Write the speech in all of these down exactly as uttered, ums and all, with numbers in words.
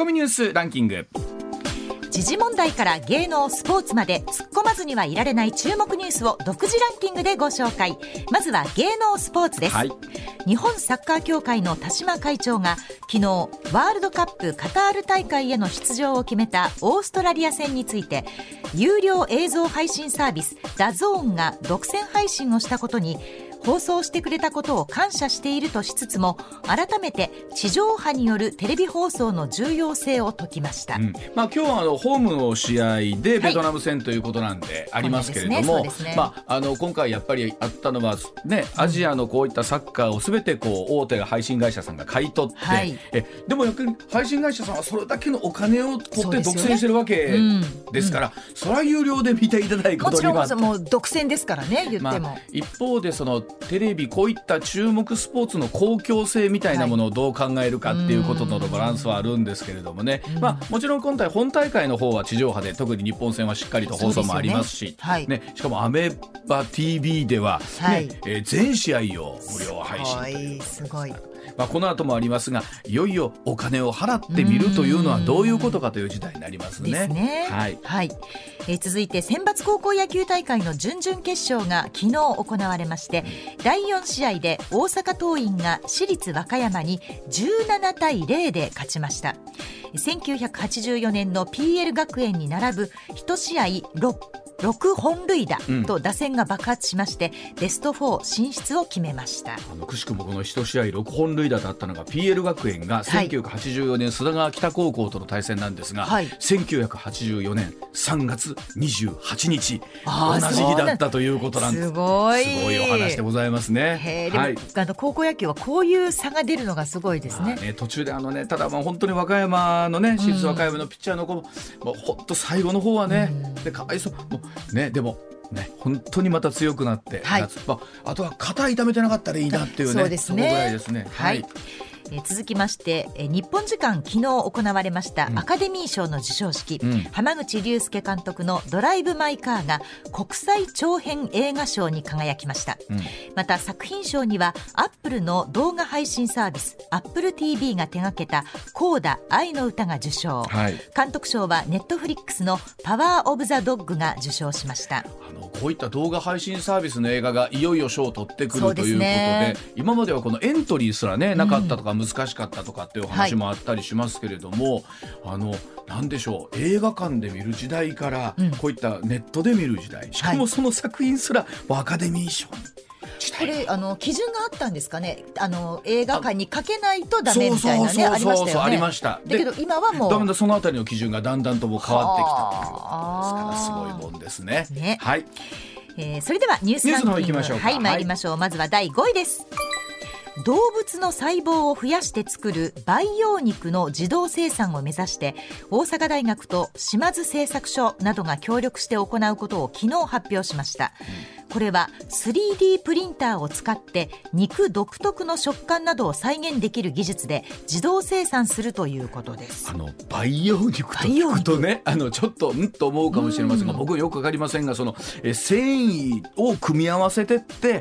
コミニュースランキング。 時事問題から芸能スポーツまで突っ込まずにはいられない注目ニュースを独自ランキングでご紹介。まずは芸能スポーツです、はい、日本サッカー協会の田島会長が昨日ワールドカップカタール大会への出場を決めたオーストラリア戦について、有料映像配信サービスダゾーンが独占配信をしたことに放送してくれたことを感謝しているとしつつも、改めて地上波によるテレビ放送の重要性を説きました、うんまあ、今日はあのホームの試合でベトナム戦ということなんでありますけれども、今回やっぱりあったのは、ね、アジアのこういったサッカーをすべてこう大手が配信会社さんが買い取って、はい、えでもやっぱり配信会社さんはそれだけのお金を取って独占してるわけですから、それは有料で見ていただくことにはもちろんもう独占ですからね、言っても、まあ、 一方でそのテレビこういった注目スポーツの公共性みたいなものをどう考えるかっていうことのバランスはあるんですけれどもね、まあ、もちろん今回本大会の方は地上波で、特に日本戦はしっかりと放送もありますし、 す、ねはいね、しかもアメバ ティーブイ では、ねはいえー、全試合を無料配信という、 すごいまあ、この後もありますが、いよいよお金を払ってみるというのはどういうことかという時代になりますね。 ですね、 はいはいえー、続いて選抜高校野球大会の準々決勝が昨日行われまして、だいよん試合で大阪桐蔭が市立和歌山にじゅうななたいゼロで勝ちました。せんきゅうひゃくはちじゅうよねんの ピーエル 学園に並ぶいち試合ろくほんるいだと打線が爆発しまして、うん、ベストフォー進出を決めました。 あのくしくもこのいち試合ろくほんるいだだったのが ピーエル 学園がせんきゅうひゃくはちじゅうよねん須田川北高校との対戦なんですが、はい、せんきゅうひゃくはちじゅうよねんさんがつにじゅうはちにち同じ日だったということなんです。 すごい、 すごいお話でございますね。 へでも、はい、あの高校野球はこういう差が出るのがすごいですね。 まあ、ね途中であの、ね、ただまあ本当に和歌山のね、市立和歌山のピッチャーの子も、うん、もう本当最後の方はね、うん、でかわいそうもう、ね、でもね、本当にまた強くなって、はいまあ、あとは肩痛めてなかったらいいなっていうね、 そうですね、 そこぐらいですね。 はいはいえー、続きまして、えー、日本時間昨日行われましたアカデミー賞の授賞式、うん、濱口竜介監督のドライブ・マイ・カーが国際長編映画賞に輝きました、うん、また作品賞にはアップルの動画配信サービス Apple ティーブイ が手掛けたコーダ愛の歌が受賞、はい、監督賞はネットフリックスのパワーオブザドッグが受賞しました。 あのこういった動画配信サービスの映画がいよいよ賞を取ってくるということ で, で今まではこのエントリーすら、ね、なかったとか難しかったとかっていう話もあったりしますけれども、はい、あのなんでしょう、映画館で見る時代から、うん、こういったネットで見る時代、しかもその作品すらアカデミー賞に、 これあの基準があったんですかね。あの映画館にかけないとダメみたいなね、ありましたよね。 ありました。 だけど今はもうだんだんそのあたりの基準がだんだんとも変わってきたというですからすごいもんですね。 ねはい、 えー、それではニュースランキング、 ニュースの方行きましょうか。 はい、参りましょう。まずはだいごいです。動物の細胞を増やして作る培養肉の自動生産を目指して大阪大学と島津製作所などが協力して行うことを昨日発表しました、うん、これは スリーディー プリンターを使って肉独特の食感などを再現できる技術で自動生産するということです。 あの培養肉と聞くとね、あのちょっとんと思うかもしれませんが、僕よくわかりませんが、そのえ繊維を組み合わせてって、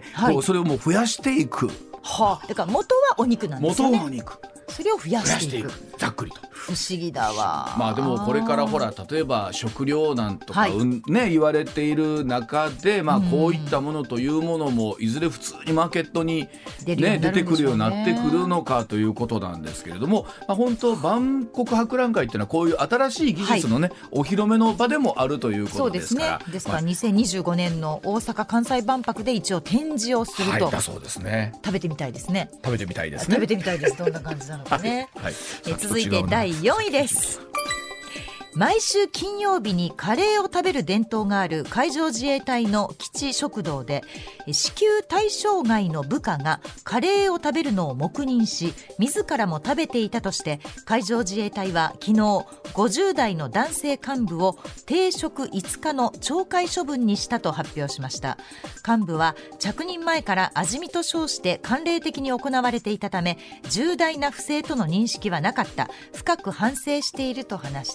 はい、こうそれをもう増やしていく、 はあ、だから元はお肉なんですよね。 元はお肉、 それを増やしていく、 ざっくりと不思議だわ。 まあでもこれからほら例えば食糧難とか、はいうんね、言われている中で、まあ、こういったものというものもいずれ普通にマーケットに、ね、出てくるようになってくるのかということなんですけれども、まあ、本当万国博覧会っていうのはこういう新しい技術の、ねはい、お披露目の場でもあるということですから。 そうですね。ですからにせんにじゅうごねんの大阪・関西万博で一応展示をすると、 はい、だそうですね。 食べてみたいですね。 食べてみたいですね。 食べてみたいです。どんな感じなのかね、はいはい、え続いてだいよんいです。毎週金曜日にカレーを食べる伝統がある海上自衛隊の基地食堂で、支給対象外の部下がカレーを食べるのを黙認し自らも食べていたとして海上自衛隊は昨日ごじゅうだいの男性幹部を停職いつかの懲戒処分にしたと発表しました。幹部は着任前から味見と称して慣例的に行われていたため重大な不正との認識はなかった、深く反省していると話しています。 。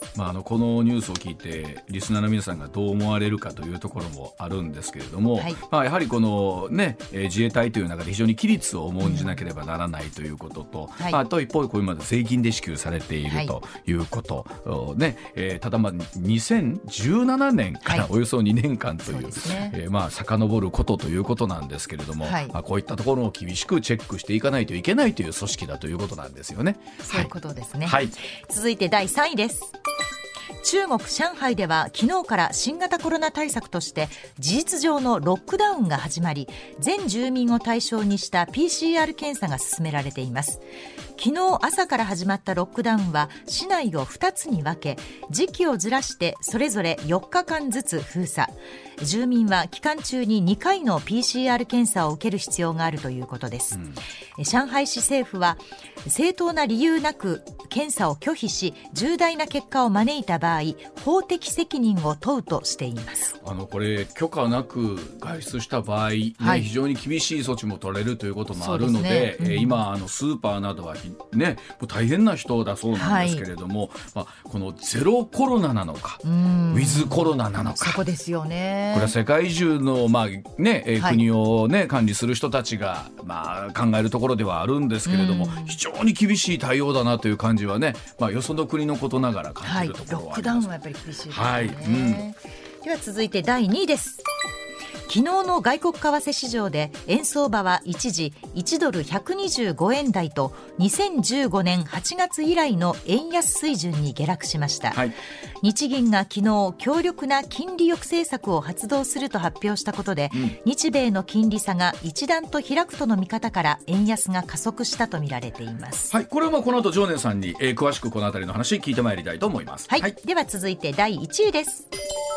まあ、あのこのニュースを聞いてリスナーの皆さんがどう思われるかというところもあるんですけれども、はい、まあ、やはりこの、ね、自衛隊という中で非常に規律を重んじなければならないということと、うん、はい、あと一方でこれまで税金で支給されているということ、はい、ね、えー、ただまあにせんじゅうななねんからおよそにねんかんという、はい、そうですね、えー、まあ遡ることということなんですけれども、はい、まあ、こういったところを厳しくチェックしていかないといけないという組織だということなんですよね。 そういうことですね、 はい、 続いてだいさんいです。中国上海では昨日から新型コロナ対策として事実上のロックダウンが始まり、全住民を対象にした ピーシーアール 検査が進められています。昨日朝から始まったロックダウンは市内をふたつに分け、時期をずらしてそれぞれよっかかんずつ封鎖。住民は期間中ににかいの ピーシーアール 検査を受ける必要があるということです、うん、上海市政府は正当な理由なく検査を拒否し重大な結果を招いた場合法的責任を問うとしています。 あのこれ許可なく外出した場合、ね、はい、非常に厳しい措置も取れるということもあるので、そうですね、うん、今あのスーパーなどは、ね、もう大変な人だそうなんですけれども、はい、まあ、このゼロコロナなのかウィズコロナなのか、 そこですよね。 これは世界中の、まあね、えーはい、国を、ね、管理する人たちが、まあ、考えるところではあるんですけれども、非常に厳しい対応だなという感じはね、まあ、よその国のことながら感じるところはあります、はい、ロックダウンはやっぱり厳しいですね、はい、うん、 では続いてだいにいです。昨日の外国為替市場で円相場は一時いちドルひゃくにじゅうごえん台とにせんじゅうごねんはちがつ以来の円安水準に下落しました、はい、日銀が昨日強力な金利抑制策を発動すると発表したことで、うん、日米の金利差が一段と開くとの見方から円安が加速したとみられています、 はい、これはまあこの後常念さんに、えー、詳しくこのあたりの話聞いてまいりたいと思います、 はいはい、では続いてだいいちいです。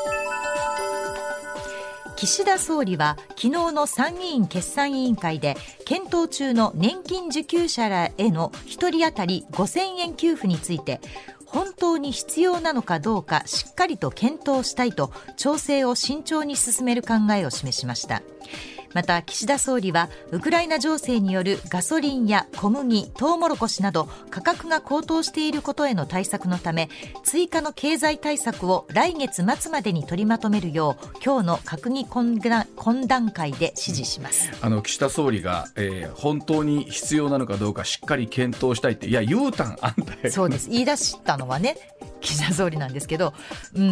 岸田総理は昨日の参議院決算委員会で検討中の年金受給者らへのひとり当たりごせんえん給付について本当に必要なのかどうかしっかりと検討したいと調整を慎重に進める考えを示しました。また岸田総理はウクライナ情勢によるガソリンや小麦、トウモロコシなど価格が高騰していることへの対策のため追加の経済対策を来月末までに取りまとめるよう今日の閣議懇談会で指示します。 あの岸田総理が、えー、本当に必要なのかどうかしっかり検討したいって、いや言うたんあんたそうです、言い出したのはね岸田総理なんですけど、うん、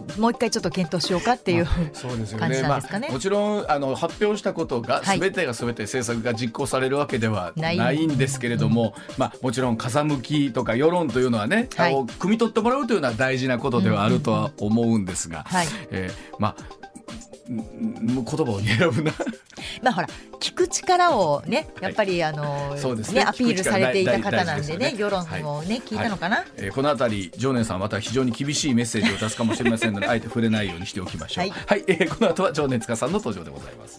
もう一回ちょっと検討しようかっていう、まあ、そうですよね、感じなんですかね、 まあ、もちろんあの発表したことが全てが全て政策が実行されるわけではないんですけれども、うん、まあ、もちろん風向きとか世論というのはね、はい、汲み取ってもらうというのは大事なことではあるとは思うんですが、まあ言葉を選ぶなまあほら聞く力をねやっぱりあの、はいねね、アピールされていた方なんでね、世論をね、はい、聞いたのかな、はい、 えー、このあたり常念さんまた非常に厳しいメッセージを出すかもしれませんのであえて触れないようにしておきましょう。はい、はい、えー、この後は常念塚さんの登場でございます。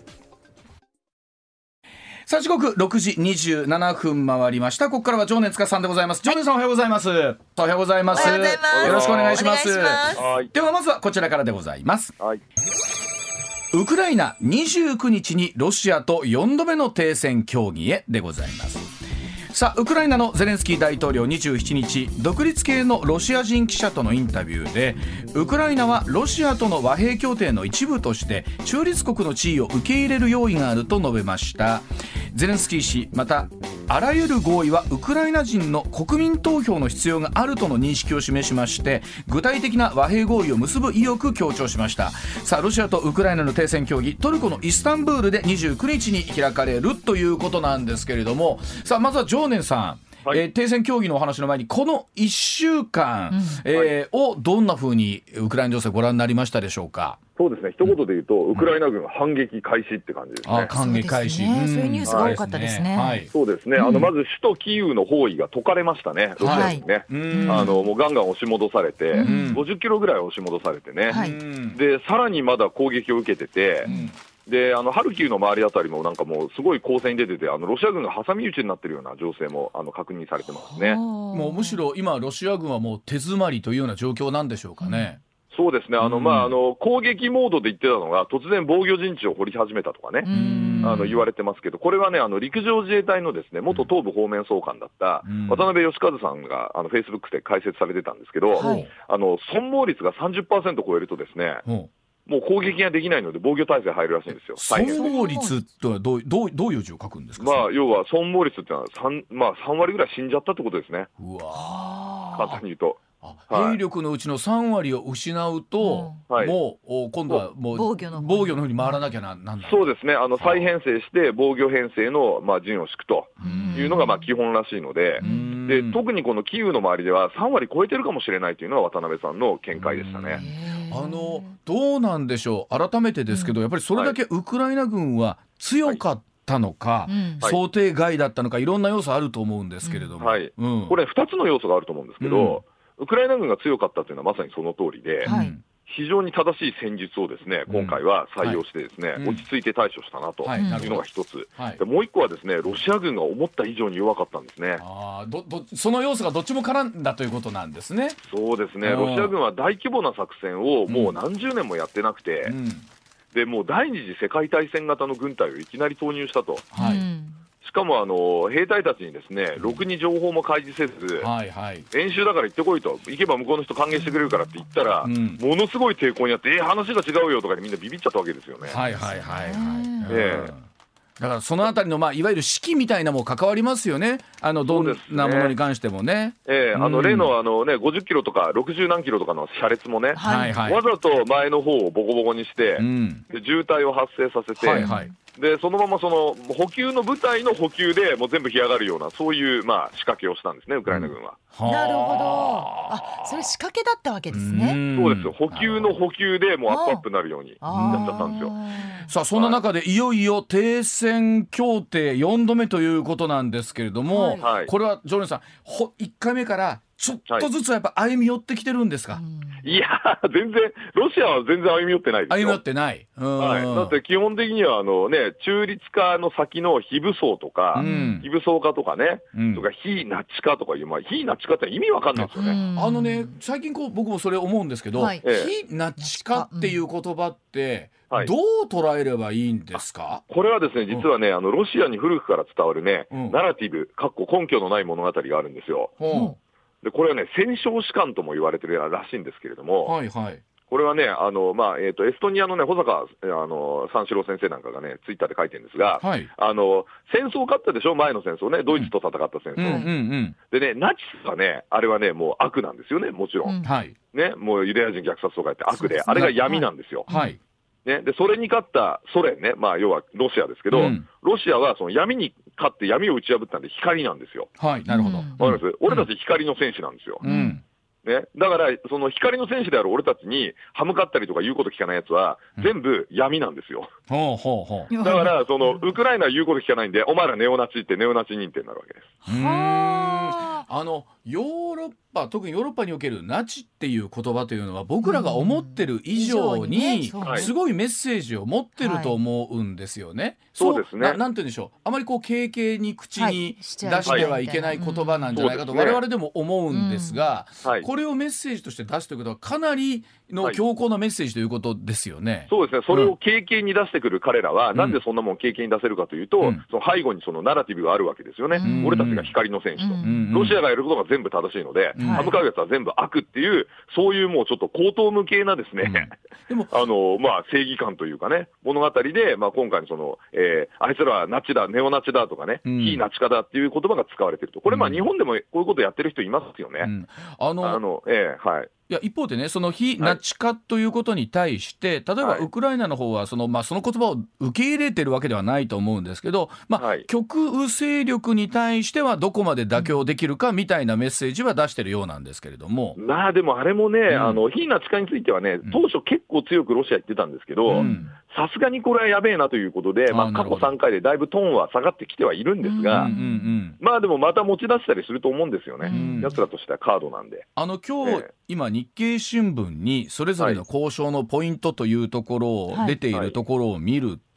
さあ時刻ろくじにじゅうななふん回りました。ここからは常念塚さんでございます。常念さんおはようございます。おはようございます。よろしくお願いします。はい、ではまずはこちらからでございます。はい、ウクライナにじゅうくにちにロシアとよんどめの停戦協議へでございます。さあウクライナのゼレンスキー大統領にじゅうしちにち独立系のロシア人記者とのインタビューでウクライナはロシアとの和平協定の一部として中立国の地位を受け入れる用意があると述べました。ゼレンスキー氏またあらゆる合意はウクライナ人の国民投票の必要があるとの認識を示しまして具体的な和平合意を結ぶ意欲を強調しました。さあロシアとウクライナの停戦協議トルコのイスタンブールでにじゅうくにちに開かれるということなんですけれども、さあまずは常念さん、はい、えー、停戦協議のお話の前にこのいっしゅうかん、うん、えー、をどんな風にウクライナ情勢ご覧になりましたでしょうか。 そうですね、一言で言うと、うん、ウクライナ軍反撃開始って感じですね。 あ、反撃開始、 そうですね、そういうニュースが多かったですね。 はい、そうですね、あのまず首都キーウの包囲が解かれましたね、ロシアにね、はい、あのもうガンガン押し戻されて、うん、ごじゅっキロぐらい押し戻されてね、はい、でさらにまだ攻撃を受けてて、うん、であのハルキウの周りあたりもなんかもうすごい攻勢に出てて、あのロシア軍が挟み撃ちになっているような情勢もあの確認されてますね。 もうむしろ今ロシア軍はもう手詰まりというような状況なんでしょうかね。 うん、そうですね、あの、うん、まあ、あの攻撃モードで言ってたのが突然防御陣地を掘り始めたとかね、 あの言われてますけど、これはね、あの陸上自衛隊のですね元東部方面総監だった渡辺義和さんがあのフェイスブックで解説されてたんですけど、はい、あの損耗率が さんじゅっパーセント 超えるとですね、うん、もう攻撃ができないので防御態勢入るらしいんですよ。 損耗率とはどう、どう、どういう字を書くんですか。 まあ、要は損耗率ってのは 3,、まあ、さん割ぐらい死んじゃったってことですね。うわ簡単に言うと。 兵力のうちのさん割を失うと、はい、もう今度はもう防御の防御の方に回らなきゃななんない。 そうですね、あの再編成して防御編成の、まあ、陣を敷くというのがまあ基本らしいので、で特にこのキーウの周りではさん割超えてるかもしれないというのは渡辺さんの見解でしたね。 あのどうなんでしょう、改めてですけど、やっぱりそれだけウクライナ軍は強かったのか、はい、想定外だったのか、いろんな要素あると思うんですけれども、はいうん、これふたつの要素があると思うんですけど、うん、ウクライナ軍が強かったというのはまさにその通りで、はい、非常に正しい戦術をですね今回は採用してですね、うんはい、落ち着いて対処したなというのが一つ、はい、でもう一個はですねロシア軍が思った以上に弱かったんですね。 あどどその要素がどっちも絡んだということなんですね。 そうですね、ロシア軍は大規模な作戦をもう何十年もやってなくて、うん、でもう第二次世界大戦型の軍隊をいきなり投入したと、はい、しかもあの兵隊たちにですねろくに情報も開示せず、はいはい、演習だから行ってこいと、行けば向こうの人歓迎してくれるからって言ったら、うん、ものすごい抵抗にあって、えー、話が違うよとかでみんなビビっちゃったわけですよね。 はいはいはいはい、えー、だからそのあたりの、まあ、いわゆる指揮みたいなも関わりますよね、あのどんなものに関してもね。 えー、あの例の、あの、ね、ごじゅっキロとかろくじゅう何キロとかの車列もね、はいはい、わざと前の方をボコボコにして、うん、で渋滞を発生させて、はいはいでそのままその補給の部隊の補給でもう全部干上がるようなそういう、まあ、仕掛けをしたんですねウクライナ軍は、 うん、なるほど。あそれ仕掛けだったわけですね。 そうですよ、補給の補給でもうアップアップになるようにやっちゃったんですよ。 さあそんな中でいよいよ停戦協定よんどめということなんですけれども、はい、これはジョネさんほいっかいめからちょっとずつやっぱ歩み寄ってきてるんですか。はい、 いや全然ロシアは全然歩み寄ってないですよ。 歩み寄ってない、 はい、だって基本的にはあの、ね、中立化の先の非武装とか、うん、非武装化とかね、うん、とか非ナチ化とかいう、まあ、非ナチ化って意味わかんないですよね。 あのね最近こう僕もそれ思うんですけど、はい、非ナチ化っていう言葉って、はい、どう捉えればいいんですか。 これはですね実はね、うん、あのロシアに古くから伝わるね、うん、ナラティブかっこ根拠のない物語があるんですよ。うんでこれはね戦勝士官とも言われてるらしいんですけれども、はいはい、これはねあの、まあえー、とエストニアの、ね、保坂あの三四郎先生なんかがねツイッターで書いてるんですが、はい、あの戦争勝ったでしょ前の戦争ねドイツと戦った戦争、うんうんうんうん、でねナチスはねあれはねもう悪なんですよねもちろん、うんはいね、もうユダヤ人虐殺とかやって悪で、あれが闇なんですよ、はいはいね、でそれに勝ったソ連ね、まあ、要はロシアですけど、うん、ロシアはその闇に勝って闇を打ち破ったんで光なんですよ。 はい、なるほど。わかります、うん、俺たち光の戦士なんですよ。うんね、だからその光の戦士である俺たちに歯向かったりとか言うこと聞かないやつは全部闇なんですよ。うん、ほうほうほう。だからそのウクライナは言うこと聞かないんでお前らネオナチってネオナチ認定になるわけです。 うーんあのヨーロッパ特にヨーロッパにおけるナチっていう言葉というのは僕らが思ってる以上にすごいメッセージを持ってると思うんですよね。はい、 そうですね。 な、なんて言うんでしょう、あまりこう軽々に口に出してはいけない言葉なんじゃないかと我々でも思うんですが、これをメッセージとして出すということはかなりの強硬なメッセージということですよね。 はい、そうですね。それを軽々に出してくる彼らは、うん、なんでそんなもん軽々に出せるかというと、うん、その背後にそのナラティブがあるわけですよね。うん、俺たちが光の戦士と、うん、ロシアがやることが全部正しいので、うん、歯向かうやつは全部悪っていう、そういうもうちょっと高等無形なですね、うん、でもあの、まあ、正義感というかね、物語で、まあ、今回のその、えー、あいつらはナチだ、ネオナチだとかね、うん、非ナチ化だっていう言葉が使われていると。これ、まあ、日本でもこういうことやってる人いますよね。うん、あの、あのえー、はい。 いや一方でねその非ナチ化ということに対して、はい、例えばウクライナの方はその、まあ、その言葉を受け入れてるわけではないと思うんですけど、まあはい、極右勢力に対してはどこまで妥協できるかみたいなメッセージは出してるようなんですけれども、 まあでもあれもね、うん、あの非ナチ化についてはね当初結構強くロシア言ってたんですけど、さすがにこれはやべえなということで、まあ、過去さんかいでだいぶトーンは下がってきてはいるんですが、うんうんうん、まあでもまた持ち出したりすると思うんですよね、うん、やつらとしてはカードなんで。 あの今日、えー、今日経新聞にそれぞれの交渉のポイントというところを、はい、出ているところを見ると、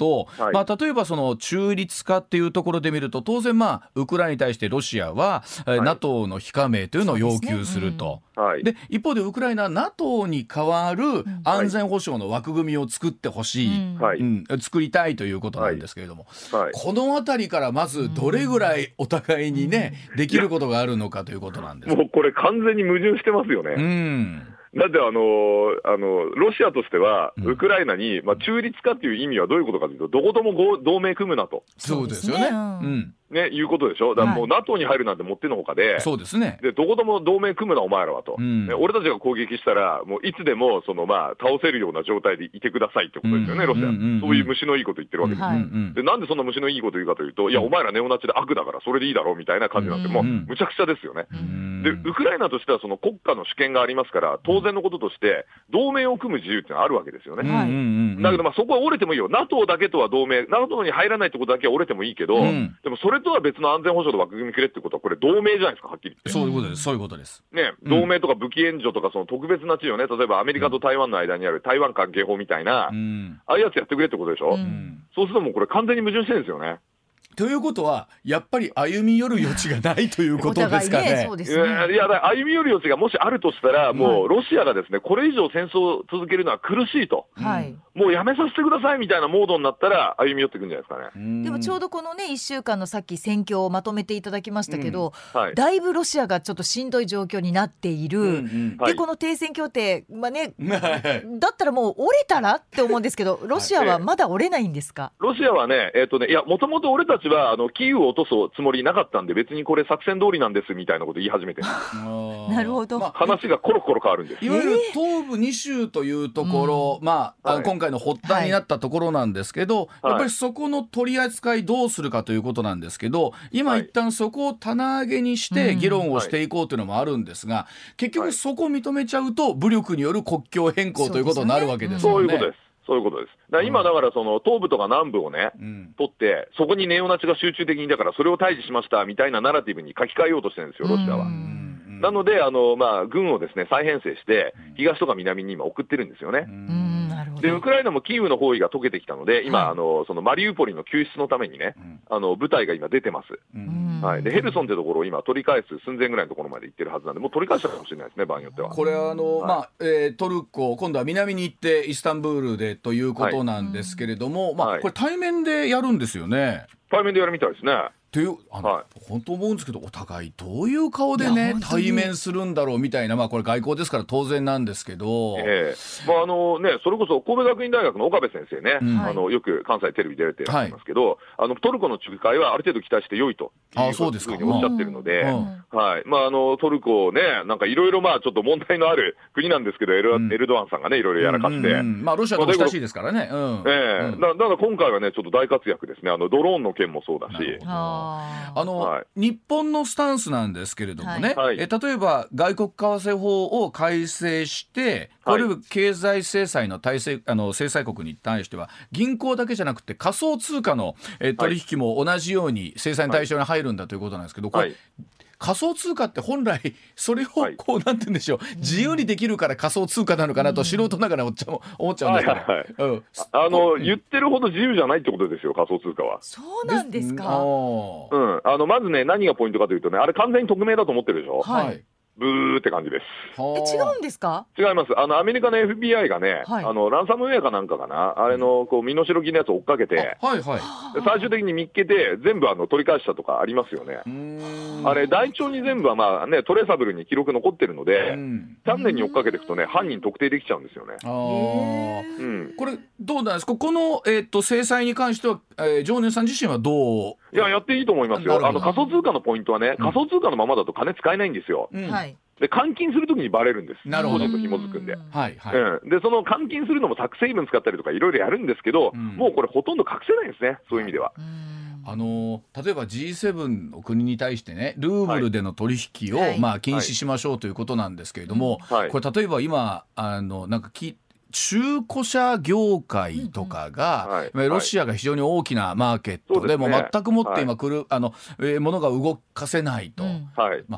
と、 はい、 まあ、例えばその中立化っていうところで見ると当然まあウクライナに対してロシアは、はい、NATO の非加盟というのを要求すると。 はい、 で一方でウクライナは NATO に代わる安全保障の枠組みを作ってほしい、はいうん、作りたいということなんですけれども、はいはい、このあたりからまずどれぐらいお互いにね、うん、できることがあるのかということなんです。 もうこれ完全に矛盾してますよね。 うんだってあのあのロシアとしてはウクライナに、うんまあ、中立化っていう意味はどういうことかというとどことも同盟組むなと。 そうですよね。うんね、いうことでしょ。だからもう NATO に入るなんてもってのほかで、 そうですね。 でどことも同盟組むなお前らはと、うんね、俺たちが攻撃したらもういつでもその、まあ、倒せるような状態でいてくださいってことですよね、うん、ロシア、うんうんうん、そういう虫のいいこと言ってるわけです、うんうん、でなんでそんな虫のいいこと言うかというと、いやお前らネオナチで悪だからそれでいいだろうみたいな感じなんで、もうむちゃくちゃですよね、うん、でウクライナとしてはその国家の主権がありますから当然のこととして同盟を組む自由っていうのはあるわけですよね、はい、だけどまあそこは折れてもいいよ。 NATO だけとは同盟 NATO に入らないってことだけは折れてもいいけど、うん、でもそれとは別の安全保障の枠組みくれってことはこれ同盟じゃないですか、はっきり言って。 そういうことです、そういうことです、 ね、同盟とか武器援助とかその特別な地位をね、例えばアメリカと台湾の間にある台湾関係法みたいな、うん、ああいうやつやってくれってことでしょ、うん、そうするともうこれ完全に矛盾してるんですよね。 ということはやっぱり歩み寄る余地がないということですかね。 そうですね。いやだ歩み寄る余地がもしあるとしたら、もうロシアがですねこれ以上戦争を続けるのは苦しいと、はい、もうやめさせてくださいみたいなモードになったら歩み寄っていくんじゃないですかね。 でもちょうどこのねいっしゅうかんのさっき戦況をまとめていただきましたけど、うんはい、だいぶロシアがちょっとしんどい状況になっている、うんうん、で、はい、この停戦協定、まあね、だったらもう折れたらって思うんですけどロシアはまだ折れないんですか。 ロシアはね、えーとねいやもともと俺たちはあのキーウを落とすつもりなかったんで別にこれ作戦通りなんですみたいなこと言い始めてるなるほど、 まあ、話がコロコロ変わるんです。 いわゆる東部に州というところ、えーまあ、はい、今回の発端になったところなんですけど、はい、やっぱりそこの取り扱いどうするかということなんですけど、今一旦そこを棚上げにして議論をしていこうというのもあるんですが、結局そこを認めちゃうと武力による国境変更ということになるわけですよね。 そういうことです。そういうことです。だから今だからその東部とか南部をね、うん、取ってそこにネオナチが集中的にだからそれを対峙しましたみたいなナラティブに書き換えようとしてるんですよロシアは。なのであの、まあ、軍をですね再編成して東とか南に今送ってるんですよね。 うんなるほど。 でウクライナもキーウの包囲が解けてきたので今、はい、あのそのマリウポリの救出のためにね、うん、あの部隊が今出てます、うんはい、でヘルソンってところを今取り返す寸前ぐらいのところまで行ってるはずなんでもう取り返したかもしれないですね場合によっては。 これはあの、はいまあえー、トルコ今度は南に行ってイスタンブールでということなんですけれども、はいまあ、これ対面でやるんですよね。 対面でやるみたいですね。 っていうあの、はい、本当思うんですけどお互いどういう顔でね対面するんだろうみたいな、まあ、これ外交ですから当然なんですけど、 えーまああのね、それこそ神戸学院大学の岡部先生ね、うん、あのよく関西テレビ出てらっしゃいますけど、はい、あのトルコの仲介はある程度期待して良いというふうにおっしゃってるので、うんはいまあ、あのトルコねなんかいろいろまあちょっと問題のある国なんですけどエル、うん、エルドアンさんがねいろいろやらかして、うんうんまあ、ロシアと親しいですからね、うんえーうん、だ, だから今回はねちょっと大活躍ですね。あのドローンの件もそうだしあの、はい、日本のスタンスなんですけれどもね、 はい、 え例えば外国為替法を改正してこれ経済制裁の体制あの制裁国に対しては銀行だけじゃなくて仮想通貨の、え取引も同じように制裁の対象に入るんだということなんですけど、これ、はい仮想通貨って本来それをこう、はい、なんて言うんでしょう自由にできるから仮想通貨なのかなと素人ながら思っちゃうんですけど、はいはいはいうん、 あの言ってるほど自由じゃないってことですよ仮想通貨は。 そうなんですか。 うん、あのまずね何がポイントかというとねあれ完全に匿名だと思ってるでしょ。はいブーって感じです。 え違うんですか。 違います。あのアメリカの エフビーアイ がね、はい、あのランサムウェアかなんかかなあれのこう身代金のやつを追っかけて、 はいはい、 最終的に見っけて全部あの取り返したとかありますよね。あれ台帳に全部はまあねトレーサブルに記録残ってるので丹念に追っかけていくとね犯人特定できちゃうんですよね。 あ、うん、これどうなんですかこの、えー、と制裁に関しては、えー、常念さん自身はどう。 いややっていいと思いますよ。あの仮想通貨のポイントはね、うん、仮想通貨のままだと金使えないんですよ。うんはいで換金するときにバレるんです。 なるほど。 と紐づくんで、 はいはいうん、でその換金するのもタックスヘイブン使ったりとかいろいろやるんですけど、うん、もうこれほとんど隠せないんですねそういう意味では。 あの例えば ジーセブン の国に対してねルーブルでの取引を、はいまあ、禁止しましょうということなんですけれども、はい、これ例えば今あのなんかき中古車業界とかが、うんうん、ロシアが非常に大きなマーケットで、はい、もう全くもって今来る、はい、あのえー、物が動かせないと、うんはいまあ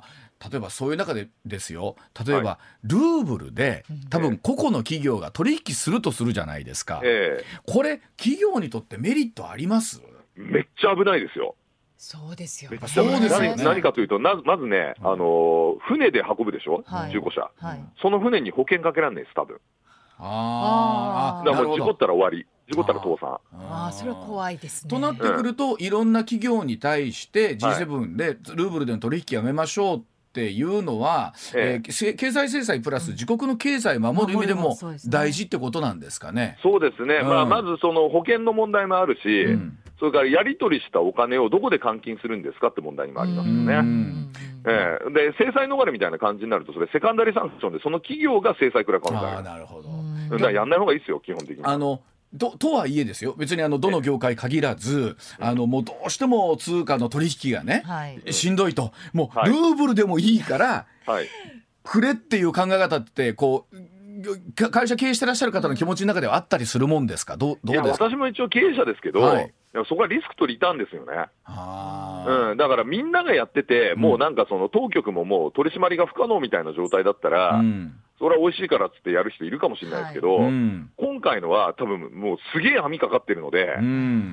例えばそういう中でですよ、例えば、はい、ルーブルで多分個々の企業が取引するとするじゃないですか、えー、これ企業にとってメリットあります？ めっちゃ危ないですよ。 そうですよね。 そうですよね。 何かというと、なまずね、あの船で運ぶでしょ、はい、中古車、はい、その船に保険かけられないです多分。ああ、だからもう事故ったら終わり、事故ったら倒産。 ああ、それは怖いですね。 となってくると、うん、いろんな企業に対して ジーセブン でルーブルでの取引やめましょうっていうのは、ええー、経済制裁プラス自国の経済を守る意味でも大事ってことなんですかね。 そうですね、うん、まあ、まずその保険の問題もあるし、うん、それからやり取りしたお金をどこで換金するんですかって問題にもありますよね。えー、で制裁逃れみたいな感じになると、それセカンダリーサンクションでその企業が制裁食らう可能性がある。あ、なるほど。だからやんない方がいいですよ基本的に。 あのと, とはいえですよ、別にあのどの業界限らず、あのもうどうしても通貨の取引がね、はい、しんどいと、もうルーブルでもいいから、はい、くれっていう考え方ってこう会社経営してらっしゃる方の気持ちの中ではあったりするもんですか？どう、どうですか？ いや、私も一応経営者ですけど、はい、そこはリスクとリターンですよね。あ、うん、だからみんながやってて、うん、もうなんかその当局ももう取り締まりが不可能みたいな状態だったら、うん、それは美味しいからっつってやる人いるかもしれないですけど、はい、うん、今回のは多分もうすげえ網かかってるので、うん、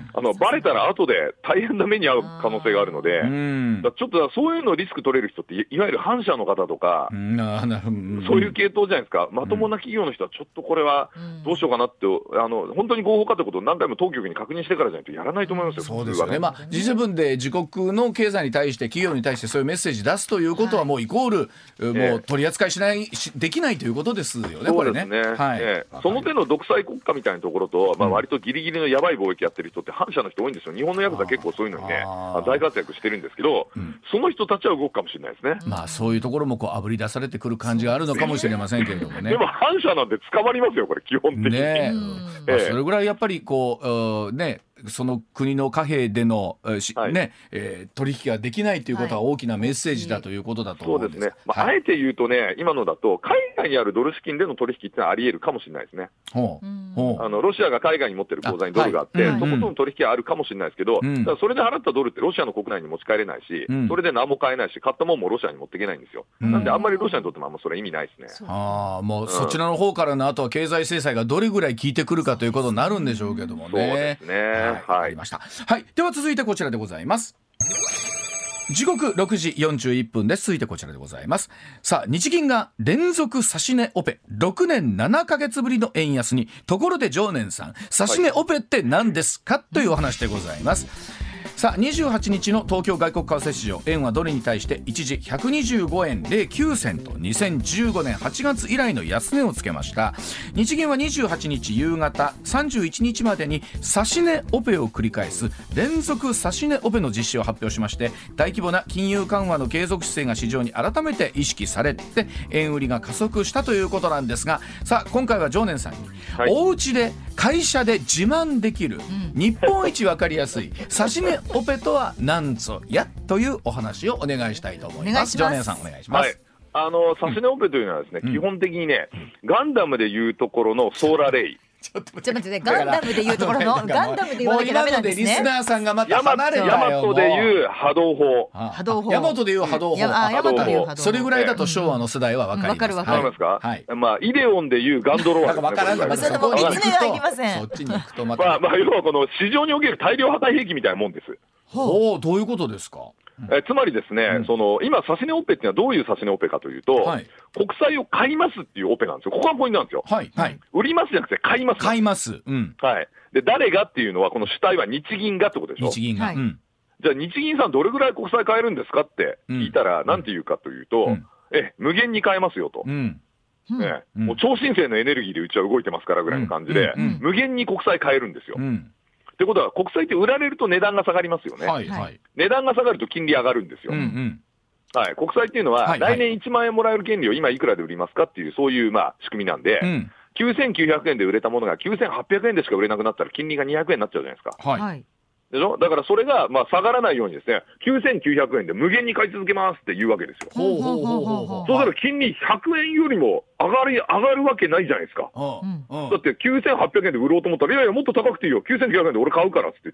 あのバレたら後で大変な目に遭う可能性があるので、うん、だちょっとそういうのリスク取れる人って い, いわゆる反社の方とか、うん、そういう系統じゃないですか。まともな企業の人はちょっとこれはどうしようかなって、うん、あの本当に合法かってことを何回も当局に確認してからじゃないとやらないと思いますよ。 そうですよね。まあ、ジーセブン で自国の経済に対して企業に対してそういうメッセージ出すということはもうイコール、はい、もう取り扱いしないしできないということですよね。 そうですね、はい、えー、その手の独裁国家みたいなところと、まあ、割とギリギリのやばい貿易やってる人って反社の人多いんですよ。日本のヤクザ結構そういうのにね大活躍してるんですけど、うん、その人たちは動くかもしれないですね。 まあ、そういうところもこうあぶり出されてくる感じがあるのかもしれませんけれどもね。 でも反社なんて捕まりますよこれ基本的にね、 うん、まあ、それぐらいやっぱりこう、ね、その国の貨幣での、はい、ね、えー、取引ができないということは大きなメッセージだということだと思うんです。 そうですね、まあ、はい、あえて言うとね、今のだと海外にあるドル資金での取引ってのはあり得るかもしれないですね。ほうほう、あのロシアが海外に持ってる口座にドルがあって、はい、そことの取引はあるかもしれないですけど、うん、だからそれで払ったドルってロシアの国内に持ち帰れないし、うん、それで何も買えないし、買ったもんもロシアに持っていけないんですよ、うん、なんであんまりロシアにとってもあんまそれ意味ないですね。 あ、もうそちらの方からのあとは経済制裁がどれぐらい効いてくるかということになるんでしょうけどもね。 そうですね、はい、 わかりました。はい、では続いてこちらでございます。時刻ろくじよんじゅういっぷんです。続いてこちらでございます。さあ、日銀が連続指値オペろくねんななかげつぶりの円安に。ところで常念さん、指値オペって何ですか、はい、というお話でございます。さあ、にじゅうはちにちの東京外国為替市場、円はドルに対して一時ひゃくにじゅうごえんゼロきゅうセント、にせんじゅうごねんはちがつ以来の安値をつけました。日銀はにじゅうはちにち夕方さんじゅういちにちまでに指値オペを繰り返す連続指値オペの実施を発表しまして、大規模な金融緩和の継続姿勢が市場に改めて意識されて円売りが加速したということなんですが、さあ今回は常念さんに、はい、お家で会社で自慢できる、うん、日本一分かりやすい指値オペとは何ぞやというお話をお願いしたいと思います。常念さんお願いします。はい、 あの指値オペというのはですね、うん、基本的にね、ガンダムでいうところのソーラーレイ、 ちょっと待ってね、ガンダムでいうところのガンダムで言わなきゃダメなんですね。 リスナーさんがまた離れたよ。 ヤマトでいう波動砲、 波動砲、 ヤマトでいう波動砲、それぐらいだと昭和の世代は分かります。 分かる分かりますか。はい、まあイデオンでいうガンドロワ、 なんか分からんの。 それもうみっつ目はいりません。 そっちに行くとまた、 まあまあ要はこの市場における大量破壊兵器みたいなもんです。 ほう、どういうことですか。 えつまりですね、うん、その今指値オペっていうのはどういう指値オペかというと、はい、国債を買いますっていうオペなんですよ。ここがポイントなんですよ。はいはい、売りますじゃなくて買います。 買います、うん、 はい、で誰がっていうのはこの主体は日銀がってことでしょ。 日銀が、はい、うん、 じゃあ日銀さんどれぐらい国債買えるんですかって聞いたら何て言うかというと、うん、え無限に買えますよと、うん、ね、うん、もう超新星のエネルギーでうちは動いてますからぐらいの感じで、うんうんうん、無限に国債買えるんですよ。うん、ってことは国債って売られると値段が下がりますよね。はいはい、値段が下がると金利上がるんですよ。うんうん、はい、国債っていうのは、はいはい、来年いちまんえんもらえる権利を今いくらで売りますかっていうそういう、まあ、仕組みなんで、うん、きゅうせんきゅうひゃくえんで売れたものがきゅうせんはっぴゃくえんでしか売れなくなったら金利がにひゃくえんになっちゃうじゃないですか。はい、でしょ。だからそれが、まあ、下がらないようにですね、きゅうせんきゅうひゃくえんで無限に買い続けますって言うわけですよ。ほうほうほうほうほう。そうすると金利ひゃくえんよりも上がり、上がるわけないじゃないですか。うん、だってきゅうせんはっぴゃくえんで売ろうと思ったら、いやいやもっと高くていいよ、きゅうせんきゅうひゃくえんで俺買うからって言って、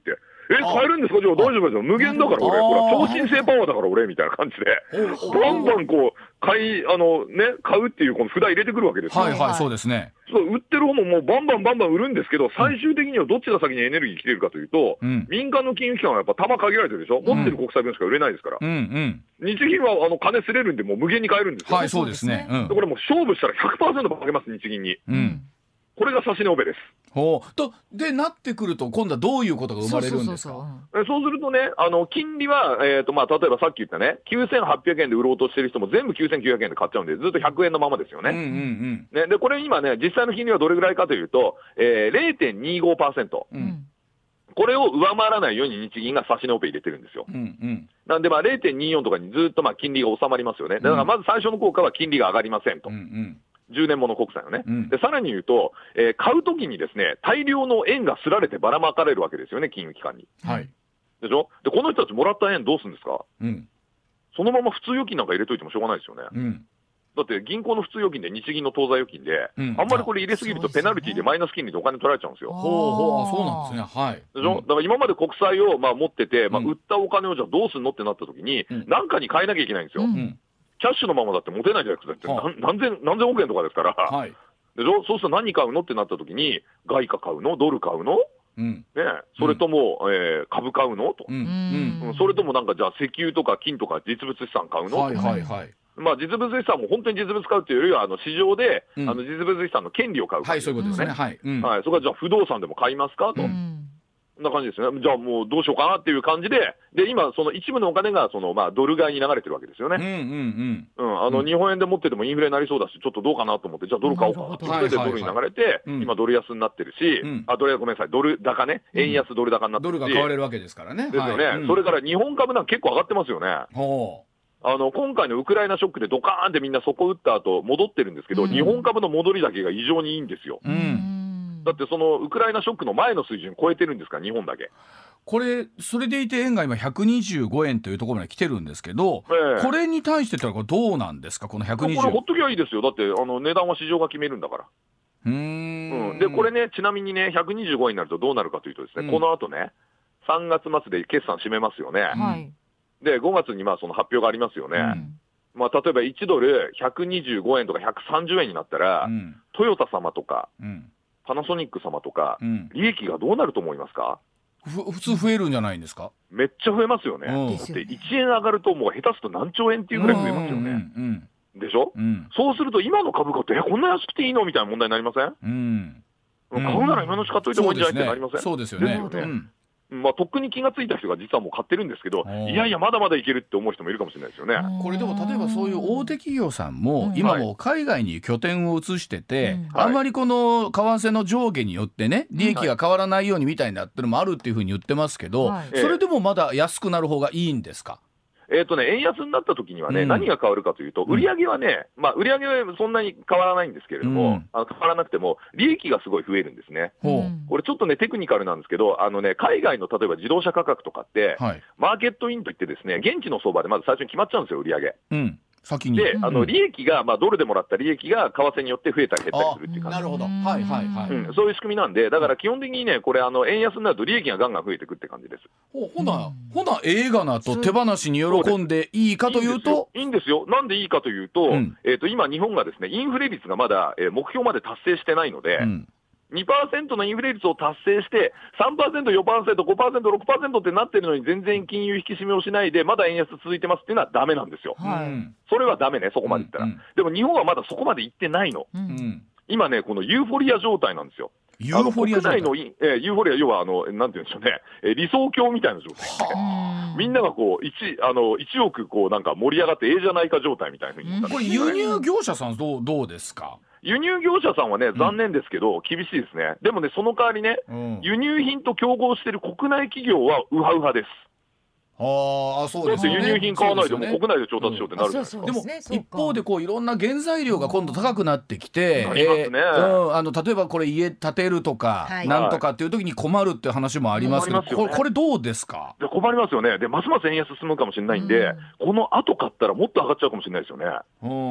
え、買えるんですか、じゃあ大丈夫ですよ、無限だから俺、ほら、超新星パワーだから俺みたいな感じで、バンバンこう、買い、あのね、買うっていうこの札入れてくるわけですよ。 はいはい、そうですね。 そう、売ってる方ももうバンバンバンバン売るんですけど、最終的にはどっちが先にエネルギー来てるかというと、うん、民間の金融機関はやっぱ玉限られてるでしょ、持ってる国債分しか売れないですから。うんうんうん、日銀はあの金すれるんで、もう無限に買えるんですよ。 はい、そうですね。うん、 これもう勝負したら ひゃくパーセント 負けます、日銀に。うん、これが指値オペです。 ほうとでなってくると、今度はどういうことが生まれるんですか。 そうするとね、あの金利は、えーとまあ、例えばさっき言ったね、きゅうせんはっぴゃくえんで売ろうとしてる人も全部きゅうせんきゅうひゃくえんで買っちゃうんで、ずっとひゃくえんのままですよね。うんうんうんね、でこれ今ね、実際の金利はどれぐらいかというと、えー、れいてんにごパーセント、うん、これを上回らないように日銀が指値オペ入れてるんですよ。うんうん、なんでまあ れいてんによん とかにずっとまあ金利が収まりますよね。だからまず最初の効果は金利が上がりませんと。うんうん、じゅうねんもの国債をね、うん、でさらに言うと、えー、買うときにですね、大量の円がすられてばらまかれるわけですよね、金融機関に。はい、でしょ。でこの人たちもらった円どうするんですか、うん、そのまま普通預金なんか入れといてもしょうがないですよね。うん、だって銀行の普通預金で日銀の当座預金で、うん、あんまりこれ入れすぎるとペナルティでマイナス金利でお金取られちゃうんですよ。 ほうほう、そうなんですね。はい。 でしょ、うん、だから今まで国債をまあ持ってて、まあ、売ったお金をじゃあどうするのってなったときに、何、うん、かに変えなきゃいけないんですよ。うん、キャッシュのままだって持てないじゃないですか。だって何千、何千億円とかですから。はい、でしょ。そうすると何買うのってなったときに、外貨買うの、ドル買うの、うんね、それとも、うんえー、株買うのと、うんうん、それともなんかじゃあ石油とか金とか実物資産買うの、はいはいはい、まあ、実物資産も本当に実物買うというよりは、あの市場で、うん、あの実物資産の権利を買うから、ね、はい、そういうことですね。はい、うんはい、それからじゃあ不動産でも買いますかと。うんそんな感じですね。じゃあもうどうしようかなっていう感じで、で今、その一部のお金がその、まあ、ドル買いに流れてるわけですよね。うんうんうん、あの日本円で持っててもインフレになりそうだし、ちょっとどうかなと思って、じゃあドル買おうかってそれでドルに流れて、はいはいはい、今、ドル安になってるし、うん、あドルごめんなさい、ドル高ね、円安ドル高になってるし、 ドルが買われるわけですからね。 ですよね、 はい、 それから日本株なんか結構上がってますよね。ほうあの今回のウクライナショックでドカーンってみんな底打った後戻ってるんですけど、うん、日本株の戻りだけが異常にいいんですよ。うんだってそのウクライナショックの前の水準超えてるんですから、日本だけ。 これそれでいて円が今ひゃくにじゅうごえんというところまで来てるんですけど、えー、これに対してはどうなんですか、このひゃくにじゅう。 これほっときゃいいですよ。だってあの値段は市場が決めるんだから。うーん、うん、でこれね、ちなみにね、ひゃくにじゅうごえんになるとどうなるかというとですね、うん、この後ねさんがつ末で決算締めますよね。はい、でごがつにまあその発表がありますよね。うんまあ、例えばいちドルひゃくにじゅうごえんとかひゃくさんじゅうえんになったら、うん、トヨタ様とか、うん、パナソニック様とか、うん、利益がどうなると思いますか。 ふ普通増えるんじゃないんですか。 めっちゃ増えますよね。うん、だっていちえん上がるともう下手すと何兆円っていうぐらい増えますよね。うんうんうん、でしょ、うん、そうすると今の株価ってえこんな安くていいのみたいな問題になりません、うんうん、買うなら今のうち買っといてもいいんじゃないってなりません。 そうですよね。 ですよね。まあ、とっくに気がついた人が実はもう買ってるんですけど、いやいやまだまだいけるって思う人もいるかもしれないですよね。 これでも例えばそういう大手企業さんも今も海外に拠点を移してて、はい、あんまりこの為替の上下によってね利益が変わらないようにみたいになってるのもあるっていうふうに言ってますけど、はい、それでもまだ安くなる方がいいんですか。 えーとね、円安になった時にはね、うん、何が変わるかというと、売上はね、うんまあ、売上はそんなに変わらないんですけれども、うん、あの変わらなくても、利益がすごい増えるんですね。うん、これちょっとね、テクニカルなんですけど、あのね、海外の例えば自動車価格とかって、はい、マーケットインといってですね、現地の相場でまず最初に決まっちゃうんですよ、売上。うん先にで、あの利益が、まあ、ドルでもらった利益が為替によって増えたり減ったりするっていう感じ。なるほど、はいはいはい、うん、そういう仕組みなんで、だから基本的にね、これあの円安になると利益がガンガン増えていくって感じです。 ほほな、ほな映画なと手放しに喜んでいいかというと、 いいんですよ。なんでいいかというと、うん、えーと今日本がですねインフレ率がまだ、えー、目標まで達成してないので。うんにパーセント のインフレ率を達成して さんパーセント、よんパーセント、ごパーセント、ろくパーセント ってなってるのに全然金融引き締めをしないでまだ円安続いてますっていうのはダメなんですよ、はい、それはダメね、そこまでいったら、うんうん、でも日本はまだそこまでいってないの、うん、今ねこのユーフォリア状態なんですよ。ユーフォリア状態、あの国内の、えー、ユーフォリア要はあのなんて言うんでしょうね、えー、理想郷みたいな状態で、みんながこう 1, あのいちおくこうなんか盛り上がってええじゃないか状態みたいな風に言ったんですよね。 これ輸入業者さんどう、どうですか。 輸入業者さんはね、残念ですけど、うん、厳しいですね。でもね、その代わりね、うん、輸入品と競合している国内企業はウハウハです。 ああ、そうですね。 だって輸入品買わないでも国内で調達しようってなるじゃないですか。 でも一方でこういろんな原材料が今度高くなってきて、 ありますね。 えーうん、あの例えばこれ家建てるとか、はい、なんとかっていう時に困るっていう話もありますけど、はい、これ、これどうですか。 で困りますよね。でますます円安進むかもしれないんで、うん、この後買ったらもっと上がっちゃうかもしれないですよね。うん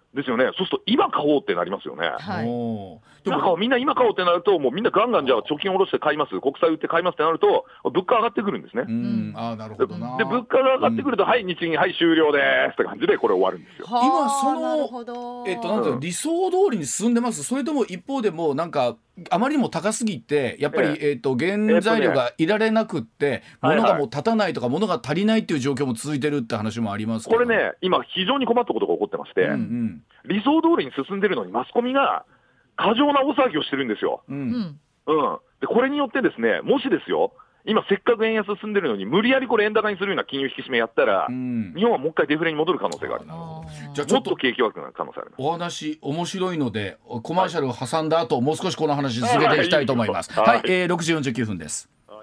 ですよね。そうすると今買おうってなりますよね。 はい、 なんかみんな今買おうってなると、もうみんなガンガンじゃあ貯金を下ろして買います、国債売って買いますってなると、物価上がってくるんですね。 うん、あ、なるほどな。 で、物価が上がってくると、うん、はい、日銀、はい、終了ですって感じで、これ終わるんですよ。 今、その、えっと、なんていうの、理想通りに進んでます。それとも一方でも、なんか、あまりにも高すぎて、やっぱり、えー、えっと、原材料がいられなくって、えーね、物がもう立たないとか、はいはい、物が足りないっていう状況も続いてるって話もありますけど。 これね、今、非常に困ったことが起こってまして、うんうん、理想通りに進んでるのに、マスコミが過剰な大騒ぎをしてるんですよ。うんうん、でこれによってですね、もしですよ、今せっかく円安進んでるのに無理やりこれ円高にするような金融引き締めやったら、うん、日本はもう一回デフレに戻る可能性がある。じゃあちょっと景気悪くなる可能性あります。 お話面白いのでコマーシャルを挟んだ後、はい、もう少しこの話続けていきたいと思います。はい、はい、えー、ろくじよんじゅうきゅうふんです。はい、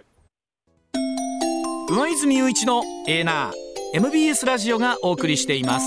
上泉雄一のエーナー エムビーエス ラジオがお送りしています。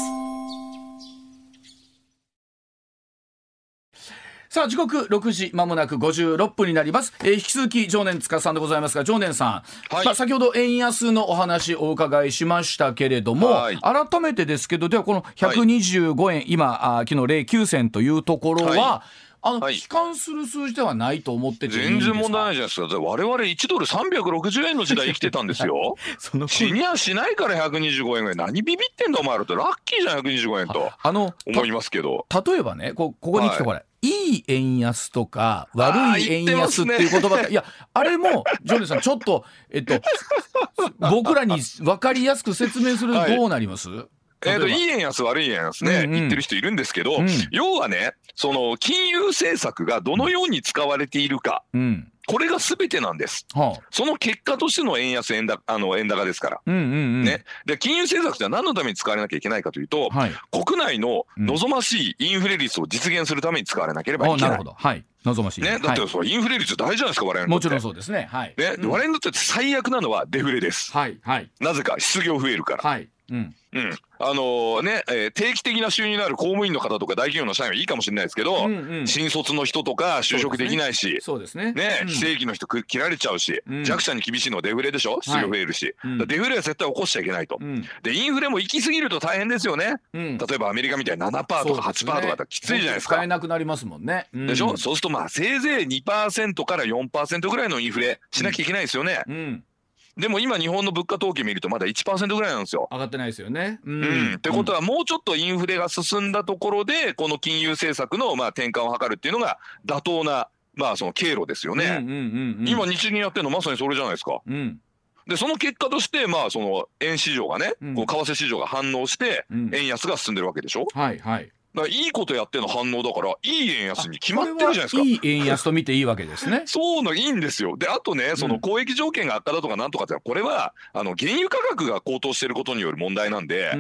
さあ時刻ろくじまもなくごじゅうろっぷんになります。えー、引き続き常念司さんでございますが、常念さん、はい、まあ、先ほど円安のお話お伺いしましたけれども、はい、改めてですけど、ではこのひゃくにじゅうごえん、はい、今あ昨日ゼロきゅうせんというところは、はい、あの、はい、悲観する数字ではないと思ってていいんですか？ 全然問題ないじゃないですか。我々いちドルさんびゃくろくじゅうえんの時代生きてたんですよ。その死にはしないからひゃくにじゅうごえんぐらい、何ビビってんだお前らって、ラッキーじゃんひゃくにじゅうごえんとあの思いますけど、 例えばね、こ, ここに来てこれ、はい、いい円安とか悪い円安っていう言葉って、ね、いやあれもジョネさんちょっと、えっと、僕らに分かりやすく説明するとどうなります？はい、 えーと、いい円安悪い円安ね、うんうん、言ってる人いるんですけど、うん、要はね、その金融政策がどのように使われているか、うん、これが全てなんです、はあ、その結果としての円安円高、あの円高ですから、うんうんうん、ね、で金融政策って何のために使われなきゃいけないかというと、はい、国内の望ましいインフレ率を実現するために使われなければいけない。 なるほど、はい、望ましい、 ね、だってそれインフレ率大事じゃないですか、我々にとって。 もちろんそうですね、はい、 ね、うん、我々にとって最悪なのはデフレです、はいはい、なぜか失業増えるから、はい、うんうん、あのー、ね、えー、定期的な収入のある公務員の方とか大企業の社員はいいかもしれないですけど、うんうん、新卒の人とか就職できないし、そうですね、ね、うん、非正規の人切られちゃうし、うん、弱者に厳しいのはデフレでしょ、失業増えるし、はい、デフレは絶対起こしちゃいけないと、うん、でインフレも行き過ぎると大変ですよね、うん、例えばアメリカみたいに ななパーセント とか はちパーセント とかだったらきついじゃないですか。 使えなくなりますもんね、うん、 でしょ、そうするとまあせいぜい にパーセント から よんパーセント ぐらいのインフレしなきゃいけないですよね、うんうん、でも今日本の物価統計見るとまだ いちパーセント ぐらいなんですよ。 上がってないですよね。 うん、うん、ってことはもうちょっとインフレが進んだところでこの金融政策のまあ転換を図るっていうのが妥当なまあその経路ですよね。うんうんうんうん、今日銀やってるのまさにそれじゃないですか。うん、でその結果としてまあその円市場がね、うん、こう為替市場が反応して円安が進んでるわけでしょ。うん、はいはい。だからいいことやっての反応だからいい円安に決まってるじゃないですか。 いい円安と見ていいわけですね。 そうのいいんですよ。であとね、その交易条件が悪化だとかなんとかってこれはあの原油価格が高騰していることによる問題なんで、うん、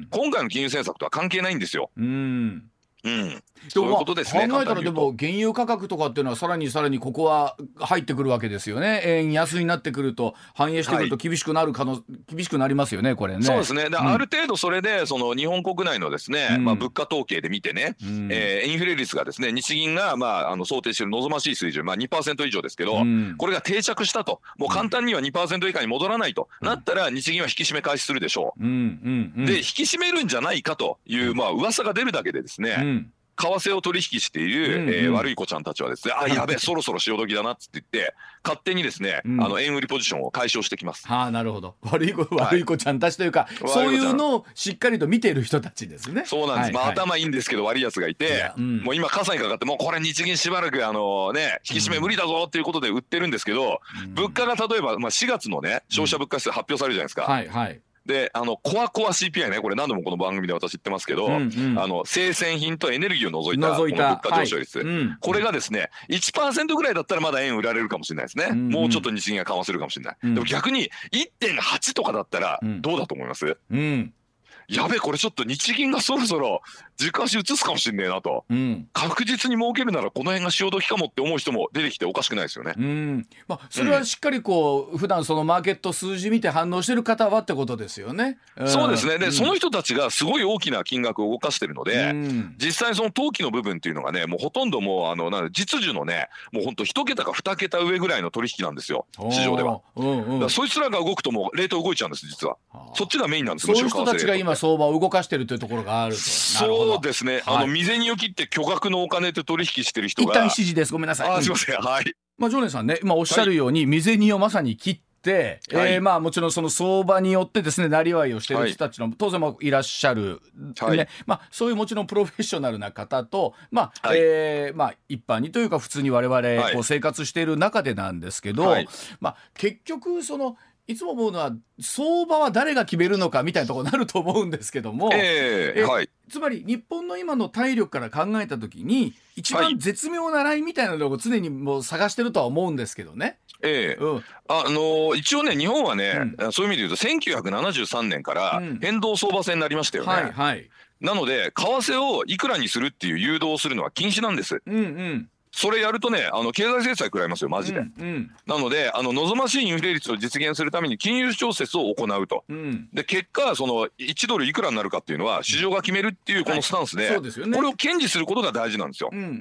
今回の金融政策とは関係ないんですよ。うんうん、そういうことですね。 考えたらでも原油価格とかっていうのはさらにさらにここは入ってくるわけですよね。円安になってくると反映してくると厳しくなる可能、はい、厳しくなりますよねこれね。 そうですね。で、うん、ある程度それでその日本国内のですね、うん、まあ物価統計で見てね、うん、えー、インフレ率がですね日銀がまああの想定している望ましい水準、まあ にパーセント 以上ですけど、うん、これが定着したと、もう簡単には にパーセント 以下に戻らないと、うん、なったら日銀は引き締め開始するでしょう。うんうんうん、で引き締めるんじゃないかというまあ噂が出るだけでですね。うん、為替を取引している、うんうん、えー、悪い子ちゃんたちはですね、あ、やべえそろそろ潮時だなっつって言って勝手にですね、うん、あの円売りポジションを解消してきます。 はあ、なるほど。悪い子、悪い子ちゃんたちというか、はい、そういうのをしっかりと見ている人たちですね。 そうなんです、はい、まあ、はい、頭いいんですけど悪いやつがいて、い、うん、もう今傘にかかってもうこれ日銀しばらくあのね引き締め無理だぞっていうことで売ってるんですけど、うん、物価が例えば、まあ、しがつのね消費者物価指数発表されるじゃないですか、うん、はいはいであのコアコア シーピーアイ ね、これ何度もこの番組で私言ってますけど、うんうん、あの生鮮品とエネルギーを除いたこの物価上昇率、はい、うん、これがですね いちパーセント ぐらいだったらまだ円売られるかもしれないですね、うんうん、もうちょっと日銀が緩和するかもしれない、うん、でも逆に いってんはち とかだったらどうだと思います？うん、うん、やべえこれちょっと日銀がそろそろ軸足移すかもしんねえなと、うん、確実に儲けるならこの辺が潮時かもって思う人も出てきておかしくないですよね。うん、 まあ、それはしっかりこう、うん、普段そのマーケット数字見て反応してる方はってことですよね。 うん、そうですね。で、うん、その人たちがすごい大きな金額を動かしてるので、うん、実際その投機の部分っていうのがねもうほとんどもうあのなん実需のねもうほんといち桁かに桁上ぐらいの取引なんですよ市場では。うんうん、だからそいつらが動くともうレート動いちゃうんです実は。そっちがメインなんです。 そういう人たちが今相場を動かしてるというところがあると。 そうそうですね、はい、あの未銭を切って巨額のお金で取引してる人が一旦指示です、ごめんなさい。 あ、すいません、はい。 まあ、常連さんね、今おっしゃるように、はい、未銭をまさに切ってで、はい、えー、まあもちろんその相場によってですねなりわいをしている人たちの、はい、当然もいらっしゃる、はいね、まあ、そういうもちろんプロフェッショナルな方と、まあ、はい、えー、まあ一般にというか普通に我々こう生活している中でなんですけど、はい、まあ、結局そのいつも思うのは相場は誰が決めるのかみたいなところになると思うんですけども、 えーえはい、 つまり日本の今の体力から考えた時に一番絶妙なラインみたいなのを常にもう探してるとは思うんですけどね。 ええ、うん、あのー、一応ね日本はね、うん、そういう意味で言うとせんきゅうひゃくななじゅうさんねんから変動相場制になりましたよね、うん、はいはい、なので為替をいくらにするっていう誘導をするのは禁止なんです、うんうん、それやるとねあの経済制裁食らいますよマジで、うんうん、なのであの望ましいインフレ率を実現するために金融調節を行うと、うん、で結果そのいちドルいくらになるかっていうのは市場が決めるっていうこのスタンスで、はい、そうですよね、これを堅持することが大事なんですよ、うんうんうん、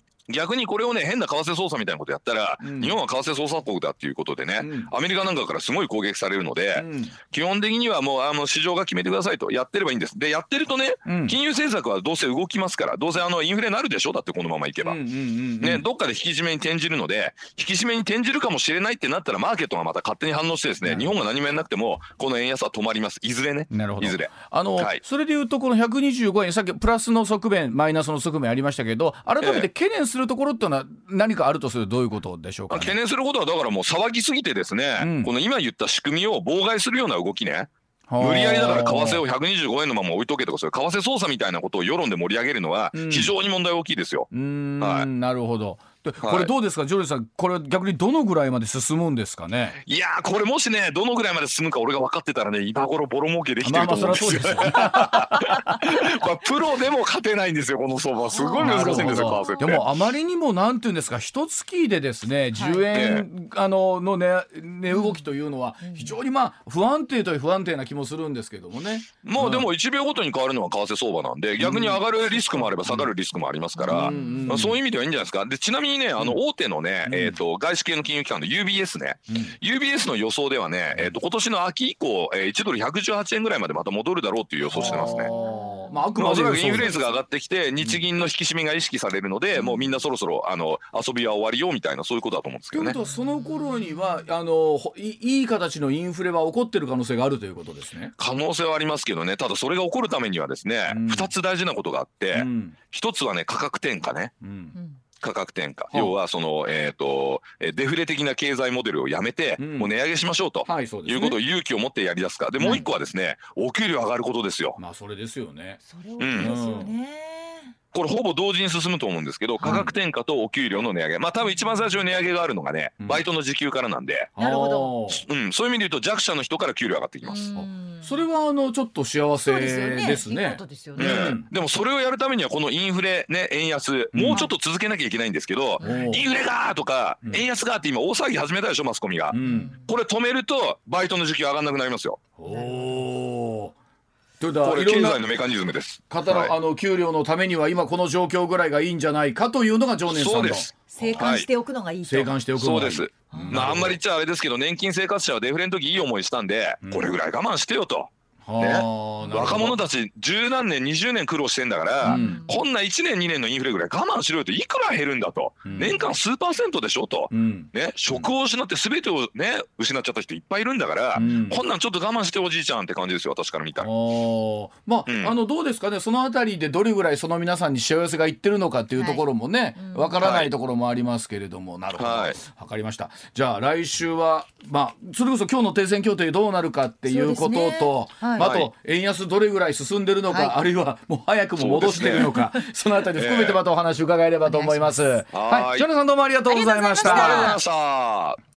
逆にこれをね変な為替操作みたいなことやったら、うん、日本は為替操作国だっていうことでね、うん、アメリカなんかからすごい攻撃されるので、うん、基本的にはもうあの市場が決めてくださいとやってればいいんです。でやってるとね、うん、金融政策はどうせ動きますからどうせあのインフレになるでしょ、だってこのままいけば、うんうんうんうん、ね、どっかで引き締めに転じるので引き締めに転じるかもしれないってなったらマーケットがまた勝手に反応してですね、うん、日本が何もやんなくてもこの円安は止まります、いずれね。 なるほど、 いずれあの、はい、それでいうとこのひゃくにじゅうごえんさっきプラスの側面マイナスの側面ありましたけど改めて懸念するところっていうのは、えー何かあるとするとどういうことでしょうか、ね、 懸念することはだからもう騒ぎすぎてですね、うん、この今言った仕組みを妨害するような動きね、無理やりだから為替をひゃくにじゅうごえんのまま置いとけとかそういう為替操作みたいなことを世論で盛り上げるのは非常に問題大きいですよ、 うん、はい、なるほど。これどうですか、はい、ジョージさん、これ逆にどのぐらいまで進むんですかね。 いやーこれもしねどのぐらいまで進むか俺が分かってたらね今頃ボロ儲けできてると思うんですよ、まあまあこれプロでも勝てないんですよこの相場、すごい難しいんですよ為替って。 でもあまりにもなんていうんですか一月でですねじゅうえん、はい、あのの値、値動きというのは非常にまあ不安定という不安定な気もするんですけどもね。 もう、うん、でもいちびょうごとに変わるのは為替相場なんで逆に上がるリスクもあれば下がるリスクもありますから、うんうんまあ、そういう意味ではいいんじゃないですか。でちなみにねあの大手のね、うんえー、と外資系の金融機関の ユービーエス ね、うん、ユービーエス の予想ではね、えー、と今年の秋以降、えー、いちドルひゃくじゅうはちえんぐらいまでまた戻るだろうっていう予想してますね。まあ、あくまでおそらくインフレ率が上がってきて日銀の引き締めが意識されるので、うん、もうみんなそろそろあの遊びは終わりよみたいなそういうことだと思うんですけどね。 ということはその頃にはあのい, いい形のインフレは起こってる可能性があるということですね。 可能性はありますけどね、ただそれが起こるためにはですね、うん、ふたつ大事なことがあって、うん、ひとつはね価格転嫁ね、うん価格転嫁、要はその、えー、とデフレ的な経済モデルをやめて、うん、もう値上げしましょうと、はいそうですね、いうことを勇気を持ってやり出すかで、もう一個はですね、うん、お給料上がることですよ。 まあそれですよね。 それ大きいですよね、 うん、これほぼ同時に進むと思うんですけど、価格転嫁とお給料の値上げ、まあ多分一番最初に値上げがあるのがね、うん、バイトの時給からなんで、 なるほど、 うん、そういう意味で言うと弱者の人から給料上がってきます。 それはあのちょっと幸せですね。 でもそれをやるためにはこのインフレね円安、もうちょっと続けなきゃいけないんですけど、うん、インフレがーとか、うん、円安がーって今大騒ぎ始めたでしょマスコミが、うん、これ止めるとバイトの時給上がんなくなりますよ。おー、これ経済のメカニズムです。 方の、はい、あの給料のためには今この状況ぐらいがいいんじゃないかというのが常念さんの。そうです。 静観しておくのがいいと。 静観しておくのがいい。 そうです。まああんまり言っちゃあれですけど年金生活者はデフレの時いい思いしたんで、うん、これぐらい我慢してよと。ね、若者たち十何年にじゅうねん苦労してんだから、うん、こんないちねんにねんのインフレぐらい我慢しろよと、いくら減るんだと、うん、年間数パーセントでしょと、うんね、職を失って全てを、ね、失っちゃった人いっぱいいるんだから、うん、こんなんちょっと我慢しておじいちゃんって感じですよ私から見たら。 まあ、うん、あのどうですかね、そのあたりでどれぐらいその皆さんに幸せがいってるのかっていうところもね、わ、はい、からないところもありますけれども、はい、なるほど、はい、分かりました。じゃあ来週は、まあ、それこそ今日の停戦協定どうなるかっていうことと、ね、はい、あと円安どれぐらい進んでるのか、はい、あるいはもう早くも戻してるのか そ,、ね、そのあたり含めてまたお話伺えればと思います。はい、ジョナさんどうもありがとうございました。 ありがとうございました。